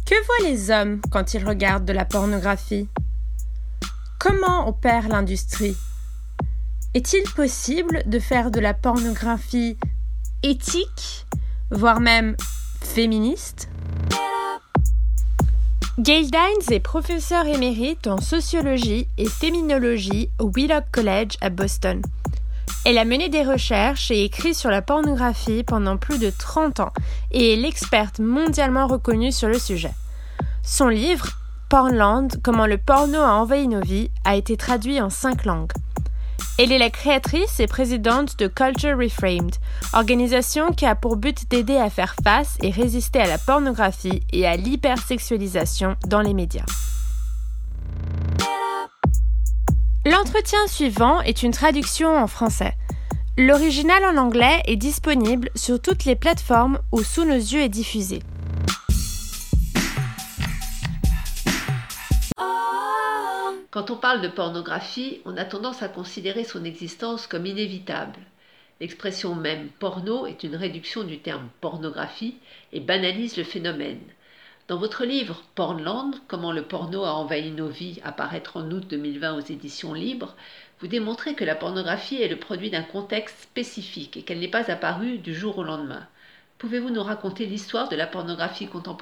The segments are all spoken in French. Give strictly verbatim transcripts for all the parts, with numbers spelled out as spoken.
Que voient les hommes quand ils regardent de la pornographie? Comment opère l'industrie? Est-il possible de faire de la pornographie éthique, voire même féministe? Gail Dines est professeure émérite en sociologie et féminologie au Wheelock College à Boston. Elle a mené des recherches et écrit sur la pornographie pendant plus de trente ans et est l'experte mondialement reconnue sur le sujet. Son livre, Pornland, comment le porno a envahi nos vies, a été traduit en cinq langues. Elle est la créatrice et présidente de Culture Reframed, organisation qui a pour but d'aider à faire face et résister à la pornographie et à l'hypersexualisation dans les médias. L'entretien suivant est une traduction en français. L'original en anglais est disponible sur toutes les plateformes où Sous nos yeux est diffusé. Quand on parle de pornographie, on a tendance à considérer son existence comme inévitable. L'expression même porno est une réduction du terme pornographie et banalise le phénomène. Dans votre livre Pornland, comment le porno a envahi nos vies, à paraître en août deux mille vingt aux éditions Libres, vous démontrez que la pornographie est le produit d'un contexte spécifique et qu'elle n'est pas apparue du jour au lendemain. Pouvez-vous nous raconter l'histoire de la pornographie contemporaine ?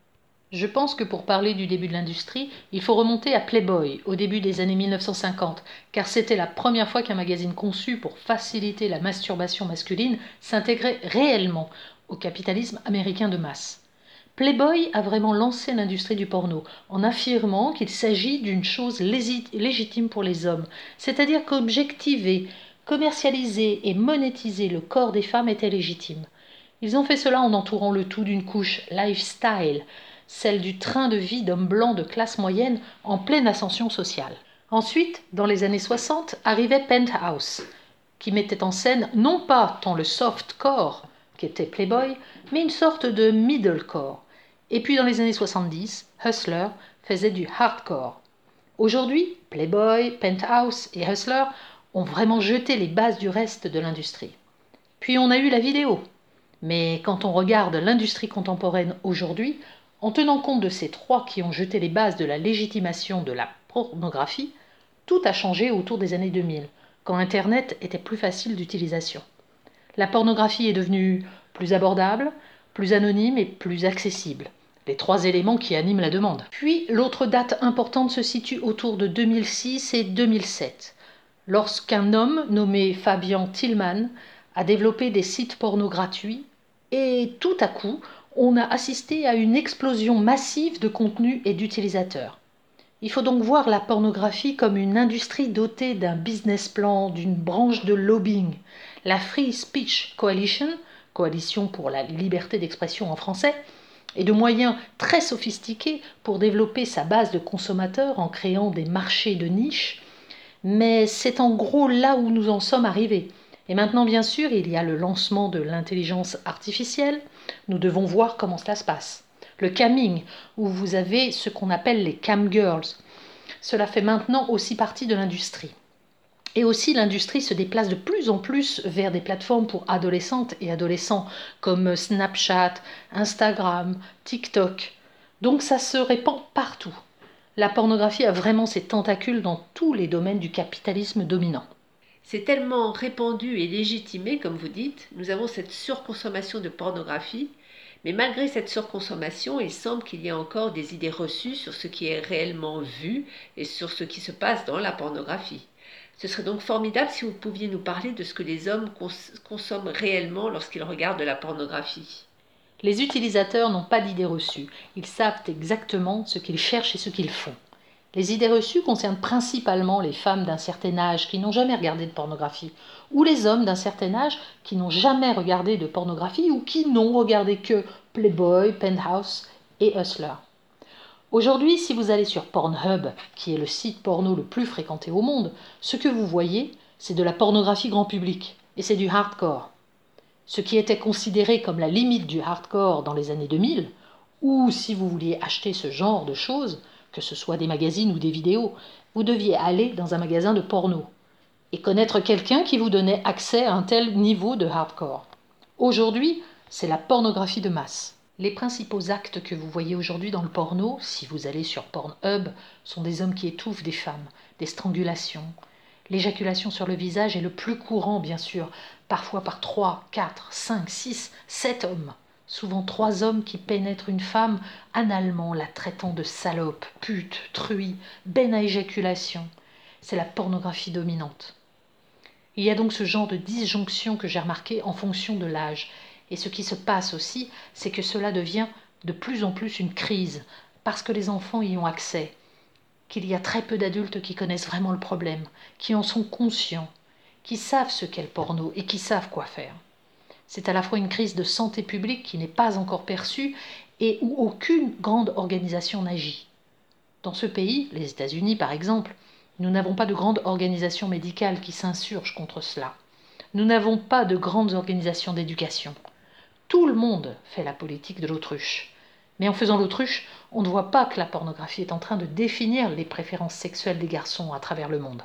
Je pense que pour parler du début de l'industrie, il faut remonter à Playboy, au début des années mille neuf cent cinquante, car c'était la première fois qu'un magazine conçu pour faciliter la masturbation masculine s'intégrait réellement au capitalisme américain de masse. Playboy a vraiment lancé l'industrie du porno en affirmant qu'il s'agit d'une chose lési- légitime pour les hommes, c'est-à-dire qu'objectiver, commercialiser et monétiser le corps des femmes était légitime. Ils ont fait cela en entourant le tout d'une couche lifestyle, celle du train de vie d'hommes blancs de classe moyenne en pleine ascension sociale. Ensuite, dans les années soixante, arrivait Penthouse, qui mettait en scène non pas tant le softcore qu'était Playboy, mais une sorte de middlecore. Et puis dans les années soixante-dix, Hustler faisait du hardcore. Aujourd'hui, Playboy, Penthouse et Hustler ont vraiment jeté les bases du reste de l'industrie. Puis on a eu la vidéo. Mais quand on regarde l'industrie contemporaine aujourd'hui, en tenant compte de ces trois qui ont jeté les bases de la légitimation de la pornographie, tout a changé autour des années deux mille, quand Internet était plus facile d'utilisation. La pornographie est devenue plus abordable, plus anonyme et plus accessible. Les trois éléments qui animent la demande. Puis l'autre date importante se situe autour de deux mille six et deux mille sept, lorsqu'un homme nommé Fabian Tillman a développé des sites porno gratuits et tout à coup, on a assisté à une explosion massive de contenus et d'utilisateurs. Il faut donc voir la pornographie comme une industrie dotée d'un business plan, d'une branche de lobbying. La Free Speech Coalition, coalition pour la liberté d'expression en français, et de moyens très sophistiqués pour développer sa base de consommateurs en créant des marchés de niche. Mais c'est en gros là où nous en sommes arrivés. Et maintenant, bien sûr, il y a le lancement de l'intelligence artificielle. Nous devons voir comment cela se passe. Le camming, où vous avez ce qu'on appelle les cam girls. Cela fait maintenant aussi partie de l'industrie. Et aussi, l'industrie se déplace de plus en plus vers des plateformes pour adolescentes et adolescents, comme Snapchat, Instagram, TikTok. Donc ça se répand partout. La pornographie a vraiment ses tentacules dans tous les domaines du capitalisme dominant. C'est tellement répandu et légitimé, comme vous dites, nous avons cette surconsommation de pornographie, mais malgré cette surconsommation, il semble qu'il y ait encore des idées reçues sur ce qui est réellement vu et sur ce qui se passe dans la pornographie. Ce serait donc formidable si vous pouviez nous parler de ce que les hommes cons- consomment réellement lorsqu'ils regardent de la pornographie. Les utilisateurs n'ont pas d'idées reçues, ils savent exactement ce qu'ils cherchent et ce qu'ils font. Les idées reçues concernent principalement les femmes d'un certain âge qui n'ont jamais regardé de pornographie, ou les hommes d'un certain âge qui n'ont jamais regardé de pornographie ou qui n'ont regardé que Playboy, Penthouse et Hustler. Aujourd'hui, si vous allez sur Pornhub, qui est le site porno le plus fréquenté au monde, ce que vous voyez, c'est de la pornographie grand public, et c'est du hardcore. Ce qui était considéré comme la limite du hardcore dans les années deux mille, ou si vous vouliez acheter ce genre de choses, que ce soit des magazines ou des vidéos, vous deviez aller dans un magasin de porno et connaître quelqu'un qui vous donnait accès à un tel niveau de hardcore. Aujourd'hui, c'est la pornographie de masse. Les principaux actes que vous voyez aujourd'hui dans le porno, si vous allez sur Pornhub, sont des hommes qui étouffent des femmes, des strangulations. L'éjaculation sur le visage est le plus courant, bien sûr, parfois par trois, quatre, cinq, six, sept hommes. Souvent trois hommes qui pénètrent une femme analement, la traitant de salope, pute, truie, benne à éjaculation. C'est la pornographie dominante. Il y a donc ce genre de disjonction que j'ai remarqué en fonction de l'âge. Et ce qui se passe aussi, c'est que cela devient de plus en plus une crise, parce que les enfants y ont accès, qu'il y a très peu d'adultes qui connaissent vraiment le problème, qui en sont conscients, qui savent ce qu'est le porno et qui savent quoi faire. C'est à la fois une crise de santé publique qui n'est pas encore perçue et où aucune grande organisation n'agit. Dans ce pays, les États-Unis par exemple, nous n'avons pas de grande organisation médicale qui s'insurge contre cela. Nous n'avons pas de grandes organisations d'éducation. Tout le monde fait la politique de l'autruche. Mais en faisant l'autruche, on ne voit pas que la pornographie est en train de définir les préférences sexuelles des garçons à travers le monde.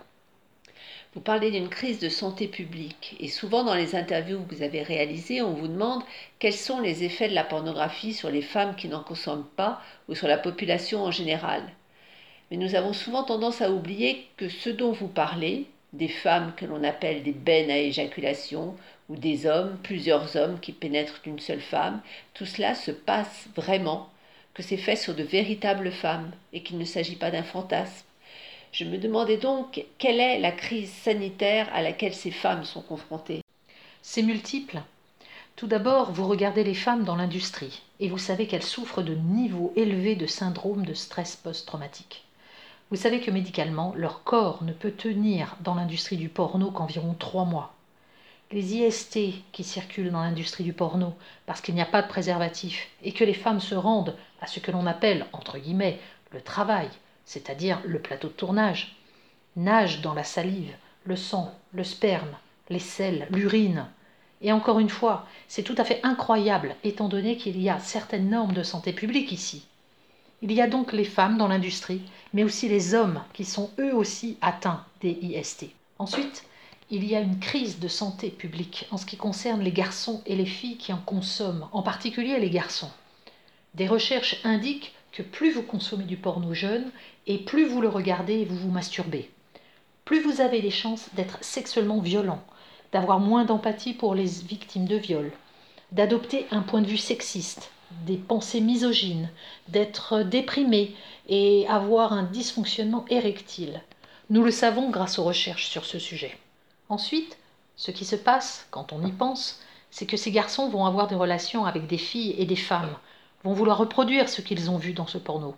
Vous parlez d'une crise de santé publique et souvent dans les interviews que vous avez réalisées, on vous demande quels sont les effets de la pornographie sur les femmes qui n'en consomment pas ou sur la population en général. Mais nous avons souvent tendance à oublier que ce dont vous parlez, des femmes que l'on appelle des bennes à éjaculation, ou des hommes, plusieurs hommes qui pénètrent une seule femme, tout cela se passe vraiment, que c'est fait sur de véritables femmes et qu'il ne s'agit pas d'un fantasme. Je me demandais donc quelle est la crise sanitaire à laquelle ces femmes sont confrontées. C'est multiple. Tout d'abord, vous regardez les femmes dans l'industrie et vous savez qu'elles souffrent de niveaux élevés de syndrome de stress post-traumatique. Vous savez que médicalement, leur corps ne peut tenir dans l'industrie du porno qu'environ trois mois. Les I S T qui circulent dans l'industrie du porno parce qu'il n'y a pas de préservatif et que les femmes se rendent à ce que l'on appelle, entre guillemets, le travail, c'est-à-dire le plateau de tournage, nagent dans la salive, le sang, le sperme, les selles, l'urine. Et encore une fois, c'est tout à fait incroyable étant donné qu'il y a certaines normes de santé publique ici. Il y a donc les femmes dans l'industrie, mais aussi les hommes qui sont eux aussi atteints des I S T. Ensuite, il y a une crise de santé publique en ce qui concerne les garçons et les filles qui en consomment, en particulier les garçons. Des recherches indiquent que plus vous consommez du porno jeune et plus vous le regardez et vous vous masturbez. Plus vous avez les chances d'être sexuellement violent, d'avoir moins d'empathie pour les victimes de viol, d'adopter un point de vue sexiste, des pensées misogynes, d'être déprimé et avoir un dysfonctionnement érectile. Nous le savons grâce aux recherches sur ce sujet. Ensuite, ce qui se passe, quand on y pense, c'est que ces garçons vont avoir des relations avec des filles et des femmes, vont vouloir reproduire ce qu'ils ont vu dans ce porno.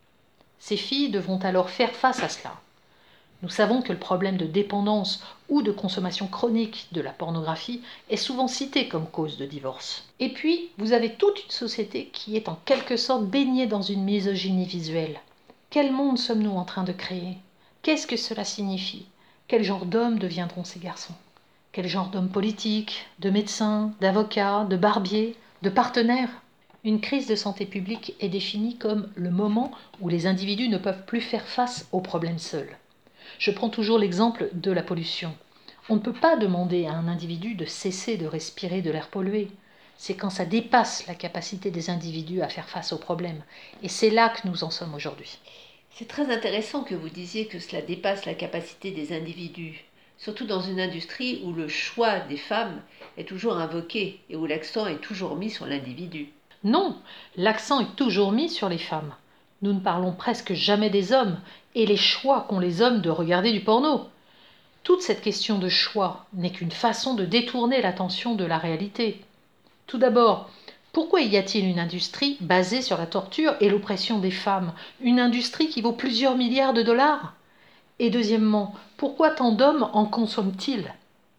Ces filles devront alors faire face à cela. Nous savons que le problème de dépendance ou de consommation chronique de la pornographie est souvent cité comme cause de divorce. Et puis, vous avez toute une société qui est en quelque sorte baignée dans une misogynie visuelle. Quel monde sommes-nous en train de créer ? Qu'est-ce que cela signifie ? Quel genre d'hommes deviendront ces garçons ? Quel genre d'hommes politiques, de médecins, d'avocats, de barbiers, de partenaires ? Une crise de santé publique est définie comme le moment où les individus ne peuvent plus faire face aux problèmes seuls. Je prends toujours l'exemple de la pollution. On ne peut pas demander à un individu de cesser de respirer de l'air pollué. C'est quand ça dépasse la capacité des individus à faire face aux problèmes. Et c'est là que nous en sommes aujourd'hui. C'est très intéressant que vous disiez que cela dépasse la capacité des individus, surtout dans une industrie où le choix des femmes est toujours invoqué et où l'accent est toujours mis sur l'individu. Non, l'accent est toujours mis sur les femmes. Nous ne parlons presque jamais des hommes et les choix qu'ont les hommes de regarder du porno. Toute cette question de choix n'est qu'une façon de détourner l'attention de la réalité. Tout d'abord, pourquoi y a-t-il une industrie basée sur la torture et l'oppression des femmes ? Une industrie qui vaut plusieurs milliards de dollars ? Et deuxièmement, pourquoi tant d'hommes en consomment-ils ?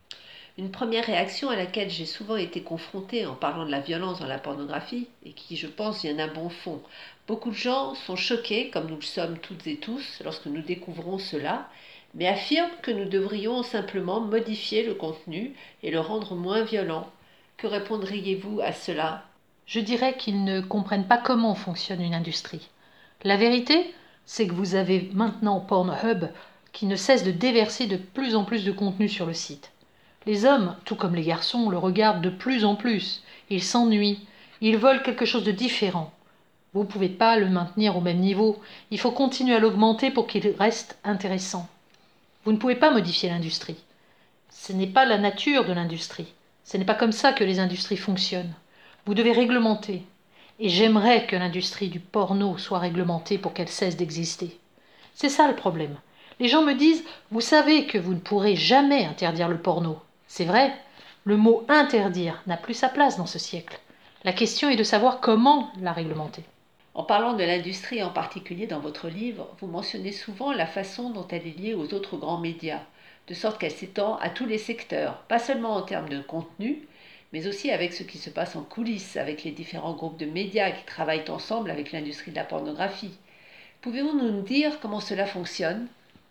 Une première réaction à laquelle j'ai souvent été confrontée en parlant de la violence dans la pornographie, et qui, je pense, vient d'un bon fond. Beaucoup de gens sont choqués, comme nous le sommes toutes et tous, lorsque nous découvrons cela, mais affirment que nous devrions simplement modifier le contenu et le rendre moins violent. Que répondriez-vous à cela ? Je dirais qu'ils ne comprennent pas comment fonctionne une industrie. La vérité, c'est que vous avez maintenant Pornhub qui ne cesse de déverser de plus en plus de contenu sur le site. Les hommes, tout comme les garçons, le regardent de plus en plus. Ils s'ennuient. Ils veulent quelque chose de différent. Vous ne pouvez pas le maintenir au même niveau. Il faut continuer à l'augmenter pour qu'il reste intéressant. Vous ne pouvez pas modifier l'industrie. Ce n'est pas la nature de l'industrie. Ce n'est pas comme ça que les industries fonctionnent. Vous devez réglementer. Et j'aimerais que l'industrie du porno soit réglementée pour qu'elle cesse d'exister. C'est ça le problème. Les gens me disent « Vous savez que vous ne pourrez jamais interdire le porno. » C'est vrai, le mot « interdire » n'a plus sa place dans ce siècle. La question est de savoir comment la réglementer. En parlant de l'industrie en particulier dans votre livre, vous mentionnez souvent la façon dont elle est liée aux autres grands médias, de sorte qu'elle s'étend à tous les secteurs, pas seulement en termes de contenu, mais aussi avec ce qui se passe en coulisses, avec les différents groupes de médias qui travaillent ensemble avec l'industrie de la pornographie. Pouvez-vous nous dire comment cela fonctionne ?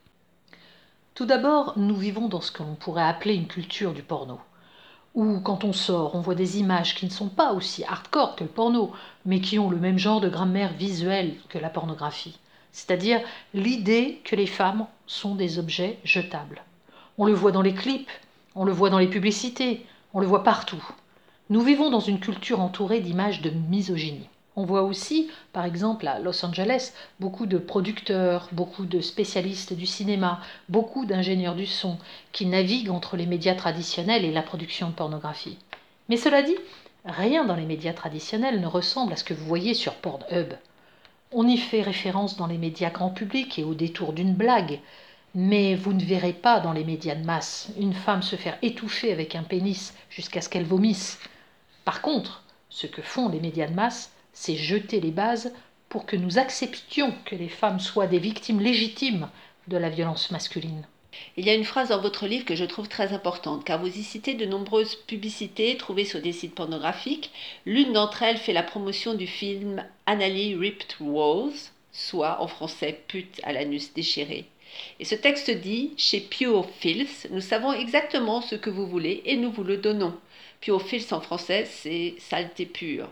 Tout d'abord, nous vivons dans ce que l'on pourrait appeler une culture du porno. Où, quand on sort, on voit des images qui ne sont pas aussi hardcore que le porno, mais qui ont le même genre de grammaire visuelle que la pornographie. C'est-à-dire l'idée que les femmes sont des objets jetables. On le voit dans les clips, on le voit dans les publicités, on le voit partout. Nous vivons dans une culture entourée d'images de misogynie. On voit aussi, par exemple à Los Angeles, beaucoup de producteurs, beaucoup de spécialistes du cinéma, beaucoup d'ingénieurs du son qui naviguent entre les médias traditionnels et la production de pornographie. Mais cela dit, rien dans les médias traditionnels ne ressemble à ce que vous voyez sur Pornhub. On y fait référence dans les médias grand public et au détour d'une blague, mais vous ne verrez pas dans les médias de masse une femme se faire étouffer avec un pénis jusqu'à ce qu'elle vomisse. Par contre, ce que font les médias de masse, c'est jeter les bases pour que nous acceptions que les femmes soient des victimes légitimes de la violence masculine. Il y a une phrase dans votre livre que je trouve très importante, car vous y citez de nombreuses publicités trouvées sur des sites pornographiques. L'une d'entre elles fait la promotion du film Anally Ripped Walls, soit en français pute à l'anus déchiré. Et ce texte dit « Chez Pure Filth, nous savons exactement ce que vous voulez et nous vous le donnons ». Pure Filth en français, c'est saleté pure.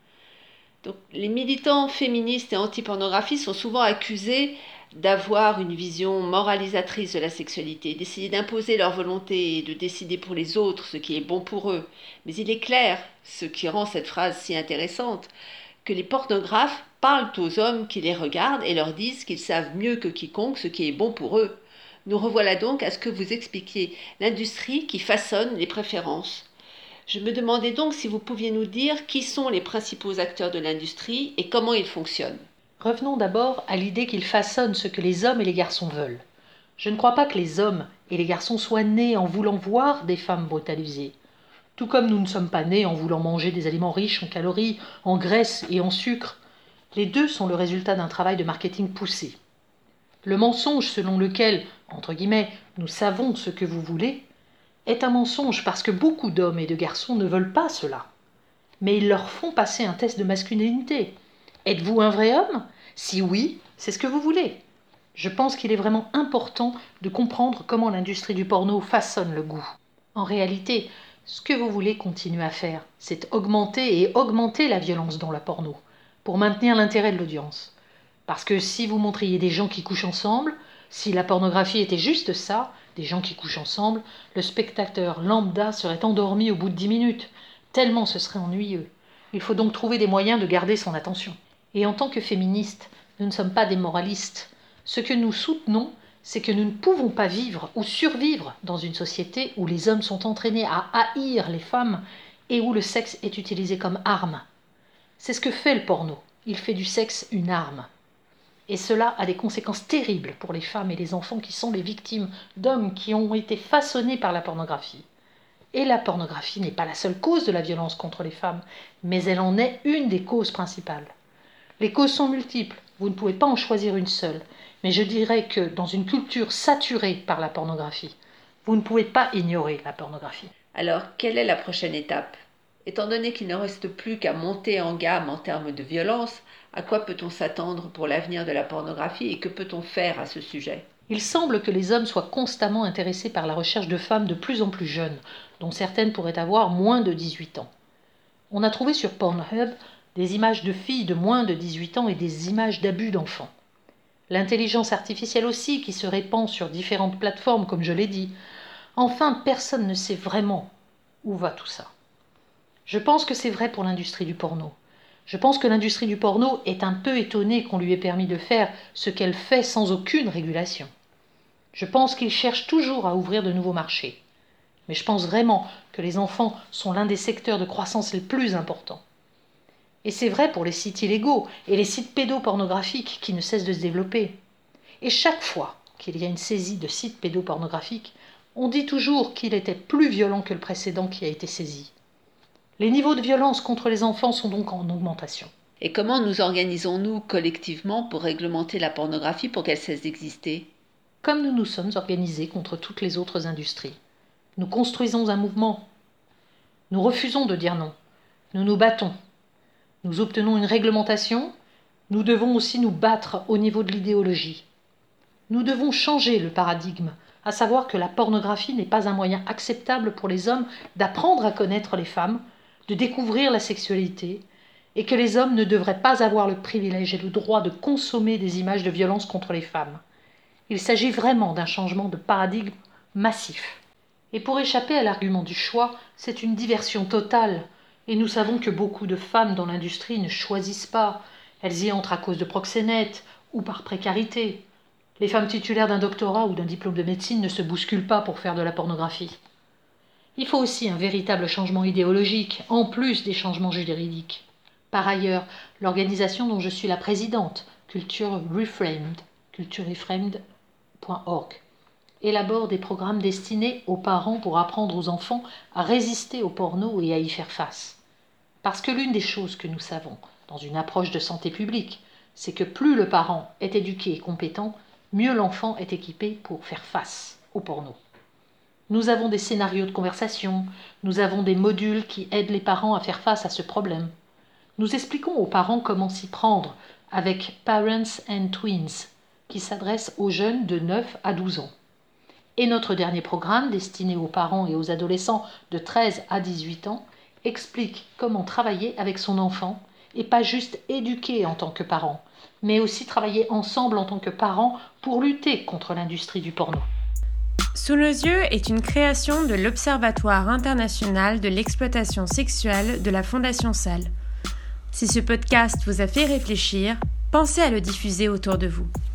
Donc, les militants féministes et anti-pornographie sont souvent accusés d'avoir une vision moralisatrice de la sexualité, d'essayer d'imposer leur volonté et de décider pour les autres ce qui est bon pour eux. Mais il est clair, ce qui rend cette phrase si intéressante, que les pornographes parlent aux hommes qui les regardent et leur disent qu'ils savent mieux que quiconque ce qui est bon pour eux. Nous revoilà donc à ce que vous expliquiez, l'industrie qui façonne les préférences. Je me demandais donc si vous pouviez nous dire qui sont les principaux acteurs de l'industrie et comment ils fonctionnent. Revenons d'abord à l'idée qu'ils façonnent ce que les hommes et les garçons veulent. Je ne crois pas que les hommes et les garçons soient nés en voulant voir des femmes brutalisées. Tout comme nous ne sommes pas nés en voulant manger des aliments riches en calories, en graisse et en sucre. Les deux sont le résultat d'un travail de marketing poussé. Le mensonge selon lequel, entre guillemets, nous savons ce que vous voulez, est un mensonge parce que beaucoup d'hommes et de garçons ne veulent pas cela. Mais ils leur font passer un test de masculinité. Êtes-vous un vrai homme ? Si oui, c'est ce que vous voulez. Je pense qu'il est vraiment important de comprendre comment l'industrie du porno façonne le goût. En réalité, ce que vous voulez continuer à faire, c'est augmenter et augmenter la violence dans la porno, pour maintenir l'intérêt de l'audience. Parce que si vous montriez des gens qui couchent ensemble, si la pornographie était juste ça, des gens qui couchent ensemble, le spectateur lambda serait endormi au bout de dix minutes, tellement ce serait ennuyeux. Il faut donc trouver des moyens de garder son attention. Et en tant que féministes, nous ne sommes pas des moralistes. Ce que nous soutenons, c'est que nous ne pouvons pas vivre ou survivre dans une société où les hommes sont entraînés à haïr les femmes et où le sexe est utilisé comme arme. C'est ce que fait le porno. Il fait du sexe une arme. Et cela a des conséquences terribles pour les femmes et les enfants qui sont les victimes d'hommes qui ont été façonnés par la pornographie. Et la pornographie n'est pas la seule cause de la violence contre les femmes, mais elle en est une des causes principales. Les causes sont multiples, vous ne pouvez pas en choisir une seule, mais je dirais que dans une culture saturée par la pornographie, vous ne pouvez pas ignorer la pornographie. Alors, quelle est la prochaine étape ? Étant donné qu'il ne reste plus qu'à monter en gamme en termes de violence, à quoi peut-on s'attendre pour l'avenir de la pornographie et que peut-on faire à ce sujet ? Il semble que les hommes soient constamment intéressés par la recherche de femmes de plus en plus jeunes, dont certaines pourraient avoir moins de dix-huit ans. On a trouvé sur Pornhub des images de filles de moins de dix-huit ans et des images d'abus d'enfants. L'intelligence artificielle aussi, qui se répand sur différentes plateformes, comme je l'ai dit. Enfin, personne ne sait vraiment où va tout ça. Je pense que c'est vrai pour l'industrie du porno. Je pense que l'industrie du porno est un peu étonnée qu'on lui ait permis de faire ce qu'elle fait sans aucune régulation. Je pense qu'il cherche toujours à ouvrir de nouveaux marchés. Mais je pense vraiment que les enfants sont l'un des secteurs de croissance les plus importants. Et c'est vrai pour les sites illégaux et les sites pédopornographiques qui ne cessent de se développer. Et chaque fois qu'il y a une saisie de sites pédopornographiques, on dit toujours qu'il était plus violent que le précédent qui a été saisi. Les niveaux de violence contre les enfants sont donc en augmentation. Et comment nous organisons-nous collectivement pour réglementer la pornographie pour qu'elle cesse d'exister ? Comme nous nous sommes organisés contre toutes les autres industries. Nous construisons un mouvement. Nous refusons de dire non. Nous nous battons. Nous obtenons une réglementation. Nous devons aussi nous battre au niveau de l'idéologie. Nous devons changer le paradigme, à savoir que la pornographie n'est pas un moyen acceptable pour les hommes d'apprendre à connaître les femmes, de découvrir la sexualité, et que les hommes ne devraient pas avoir le privilège et le droit de consommer des images de violence contre les femmes. Il s'agit vraiment d'un changement de paradigme massif. Et pour échapper à l'argument du choix, c'est une diversion totale. Et nous savons que beaucoup de femmes dans l'industrie ne choisissent pas. Elles y entrent à cause de proxénètes ou par précarité. Les femmes titulaires d'un doctorat ou d'un diplôme de médecine ne se bousculent pas pour faire de la pornographie. Il faut aussi un véritable changement idéologique, en plus des changements juridiques. Par ailleurs, l'organisation dont je suis la présidente, Culture Reframed, culture reframed point org, élabore des programmes destinés aux parents pour apprendre aux enfants à résister au porno et à y faire face. Parce que l'une des choses que nous savons dans une approche de santé publique, c'est que plus le parent est éduqué et compétent, mieux l'enfant est équipé pour faire face au porno. Nous avons des scénarios de conversation, nous avons des modules qui aident les parents à faire face à ce problème. Nous expliquons aux parents comment s'y prendre avec Parents and Tweens, qui s'adresse aux jeunes de neuf à douze ans. Et notre dernier programme, destiné aux parents et aux adolescents de treize à dix-huit ans, explique comment travailler avec son enfant et pas juste éduquer en tant que parent, mais aussi travailler ensemble en tant que parents pour lutter contre l'industrie du porno. Sous nos yeux est une création de l'Observatoire international de l'exploitation sexuelle de la Fondation Salle. Si ce podcast vous a fait réfléchir, pensez à le diffuser autour de vous.